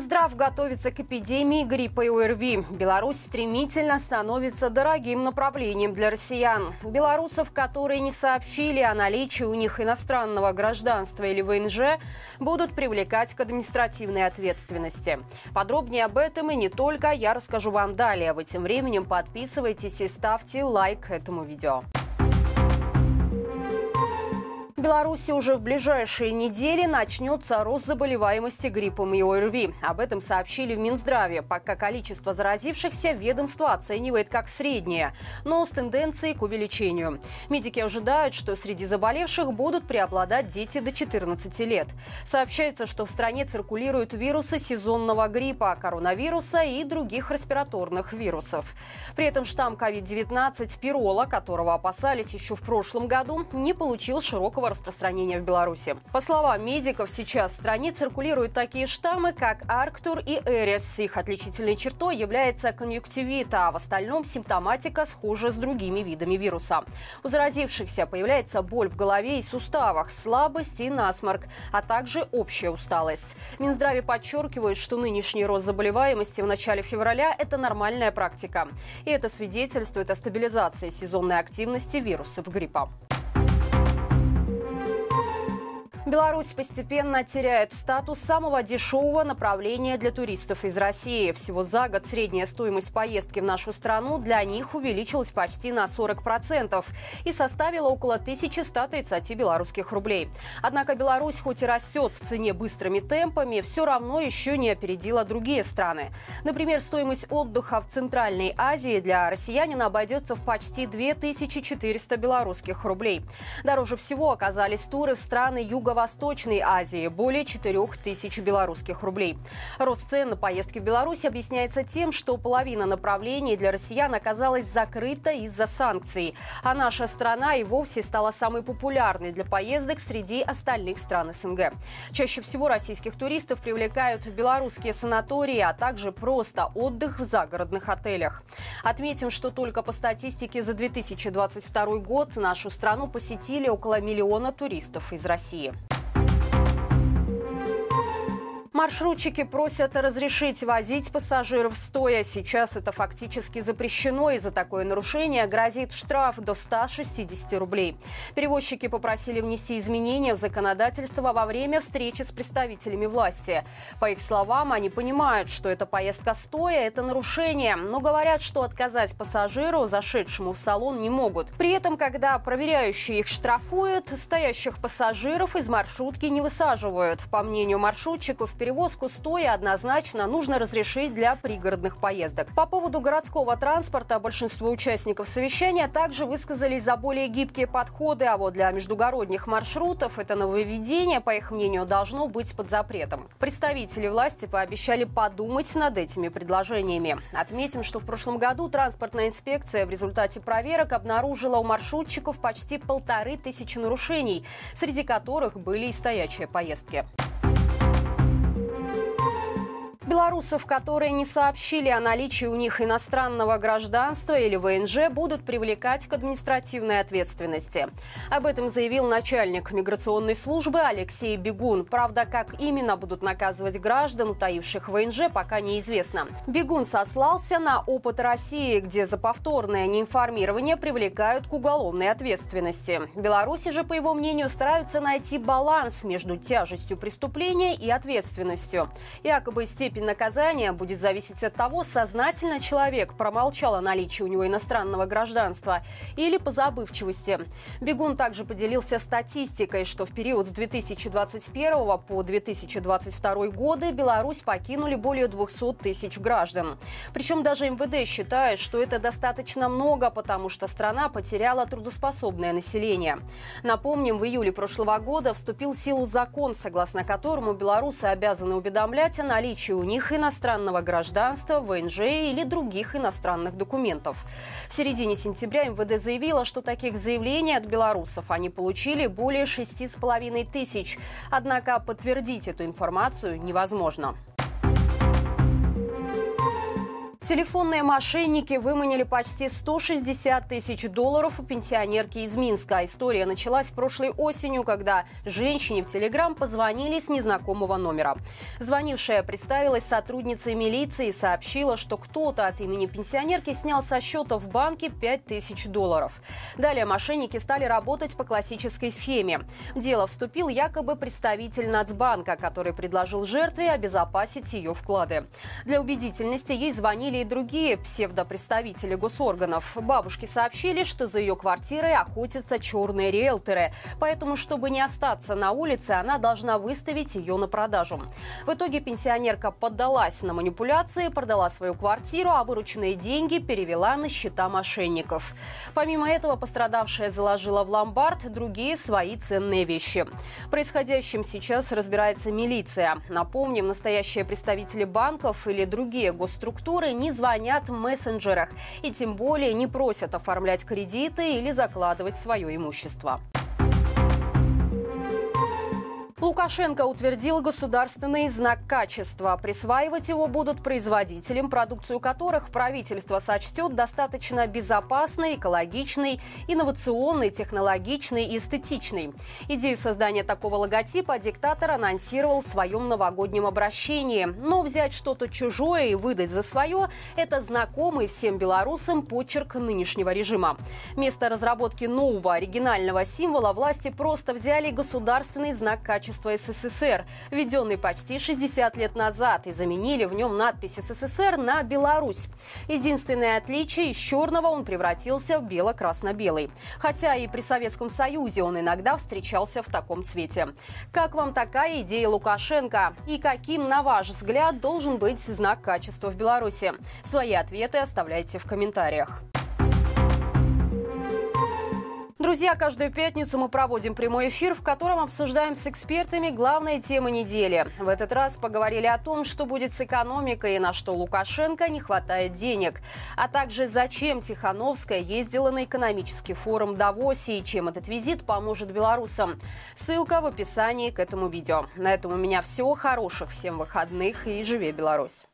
Минздрав готовится к эпидемии гриппа и ОРВИ. Беларусь стремительно становится дорогим направлением для россиян. Белорусов, которые не сообщили о наличии у них иностранного гражданства или ВНЖ, будут привлекать к административной ответственности. Подробнее об этом и не только я расскажу вам далее. Вы тем временем подписывайтесь и ставьте лайк этому видео. В Беларуси уже в ближайшие недели начнется рост заболеваемости гриппом и ОРВИ. Об этом сообщили в Минздраве. Пока количество заразившихся ведомство оценивает как среднее, но с тенденцией к увеличению. Медики ожидают, что среди заболевших будут преобладать дети до 14 лет. Сообщается, что в стране циркулируют вирусы сезонного гриппа, коронавируса и других респираторных вирусов. При этом штамм COVID-19 пирола, которого опасались еще в прошлом году, не получил широкого распространения в Беларуси. По словам медиков, сейчас в стране циркулируют такие штаммы, как Арктур и Эрис. Их отличительной чертой является конъюнктивит, а в остальном симптоматика схожа с другими видами вируса. У заразившихся появляется боль в голове и суставах, слабость и насморк, а также общая усталость. В Минздраве подчеркивают, что нынешний рост заболеваемости в начале февраля – это нормальная практика. И это свидетельствует о стабилизации сезонной активности вирусов гриппа. Беларусь постепенно теряет статус самого дешевого направления для туристов из России. Всего за год средняя стоимость поездки в нашу страну для них увеличилась почти на 40% и составила около 1130 белорусских рублей. Однако Беларусь хоть и растет в цене быстрыми темпами, все равно еще не опередила другие страны. Например, стоимость отдыха в Центральной Азии для россиянина обойдется в почти 2400 белорусских рублей. Дороже всего оказались туры в страны Юго-Восточной Азии – более 4000 белорусских рублей. Рост цен на поездки в Беларусь объясняется тем, что половина направлений для россиян оказалась закрыта из-за санкций. А наша страна и вовсе стала самой популярной для поездок среди остальных стран СНГ. Чаще всего российских туристов привлекают белорусские санатории, а также просто отдых в загородных отелях. Отметим, что только по статистике за 2022 год нашу страну посетили около 1 миллиона туристов из России. Маршрутчики просят разрешить возить пассажиров стоя. Сейчас это фактически запрещено, и за такое нарушение грозит штраф до 160 рублей. Перевозчики попросили внести изменения в законодательство во время встречи с представителями власти. По их словам, они понимают, что эта поездка стоя – это нарушение, но говорят, что отказать пассажиру, зашедшему в салон, не могут. При этом, когда проверяющие их штрафуют, стоящих пассажиров из маршрутки не высаживают. По мнению маршрутчиков, перевозку стоя однозначно нужно разрешить для пригородных поездок. По поводу городского транспорта большинство участников совещания также высказались за более гибкие подходы, а вот для междугородних маршрутов это нововведение, по их мнению, должно быть под запретом. Представители власти пообещали подумать над этими предложениями. Отметим, что в прошлом году транспортная инспекция в результате проверок обнаружила у маршрутчиков почти 1500 нарушений, среди которых были и стоячие поездки. Белорусов, которые не сообщили о наличии у них иностранного гражданства или ВНЖ, будут привлекать к административной ответственности. Об этом заявил начальник миграционной службы Алексей Бегун. Правда, как именно будут наказывать граждан, утаивших ВНЖ, пока неизвестно. Бегун сослался на опыт России, где за повторное неинформирование привлекают к уголовной ответственности. В Беларуси же, по его мнению, стараются найти баланс между тяжестью преступления и ответственностью. Якобы степень наказания будет зависеть от того, сознательно человек промолчал о наличии у него иностранного гражданства или по забывчивости. Бегун также поделился статистикой, что в период с 2021 по 2022 годы Беларусь покинули более 200 тысяч граждан. Причем даже МВД считает, что это достаточно много, потому что страна потеряла трудоспособное население. Напомним, в июле прошлого года вступил в силу закон, согласно которому белорусы обязаны уведомлять о наличии у них иностранного гражданства, ВНЖ или других иностранных документов. В середине сентября МВД заявило, что таких заявлений от белорусов они получили более 6,5 тысяч. Однако подтвердить эту информацию невозможно. Телефонные мошенники выманили почти 160 тысяч долларов у пенсионерки из Минска. История началась прошлой осенью, когда женщине в Телеграм позвонили с незнакомого номера. Звонившая представилась сотрудницей милиции и сообщила, что кто-то от имени пенсионерки снял со счета в банке 5000 долларов. Далее мошенники стали работать по классической схеме. В дело вступил якобы представитель Нацбанка, который предложил жертве обезопасить ее вклады. Для убедительности ей звонили и другие псевдопредставители госорганов. Бабушки сообщили, что за ее квартирой охотятся черные риэлторы. Поэтому, чтобы не остаться на улице, она должна выставить ее на продажу. В итоге пенсионерка поддалась на манипуляции, продала свою квартиру, а вырученные деньги перевела на счета мошенников. Помимо этого, пострадавшая заложила в ломбард другие свои ценные вещи. Происходящим сейчас разбирается милиция. Напомним, настоящие представители банков или другие госструктуры не звонят в мессенджерах и тем более не просят оформлять кредиты или закладывать свое имущество. Лукашенко утвердил государственный знак качества. Присваивать его будут производителям, продукцию которых правительство сочтет достаточно безопасной, экологичной, инновационной, технологичной и эстетичной. Идею создания такого логотипа диктатор анонсировал в своем новогоднем обращении. Но взять что-то чужое и выдать за свое – это знакомый всем белорусам почерк нынешнего режима. Вместо разработки нового оригинального символа власти просто взяли государственный знак качества СССР, введенный почти 60 лет назад, и заменили в нем надпись СССР на Беларусь. Единственное отличие – из черного он превратился в бело-красно-белый. Хотя и при Советском Союзе он иногда встречался в таком цвете. Как вам такая идея Лукашенко? И каким, на ваш взгляд, должен быть знак качества в Беларуси? Свои ответы оставляйте в комментариях. Друзья, каждую пятницу мы проводим прямой эфир, в котором обсуждаем с экспертами главные темы недели. В этот раз поговорили о том, что будет с экономикой и на что Лукашенко не хватает денег. А также зачем Тихановская ездила на экономический форум в Давосе и чем этот визит поможет белорусам. Ссылка в описании к этому видео. На этом у меня все. Хороших всем выходных и живи Беларусь!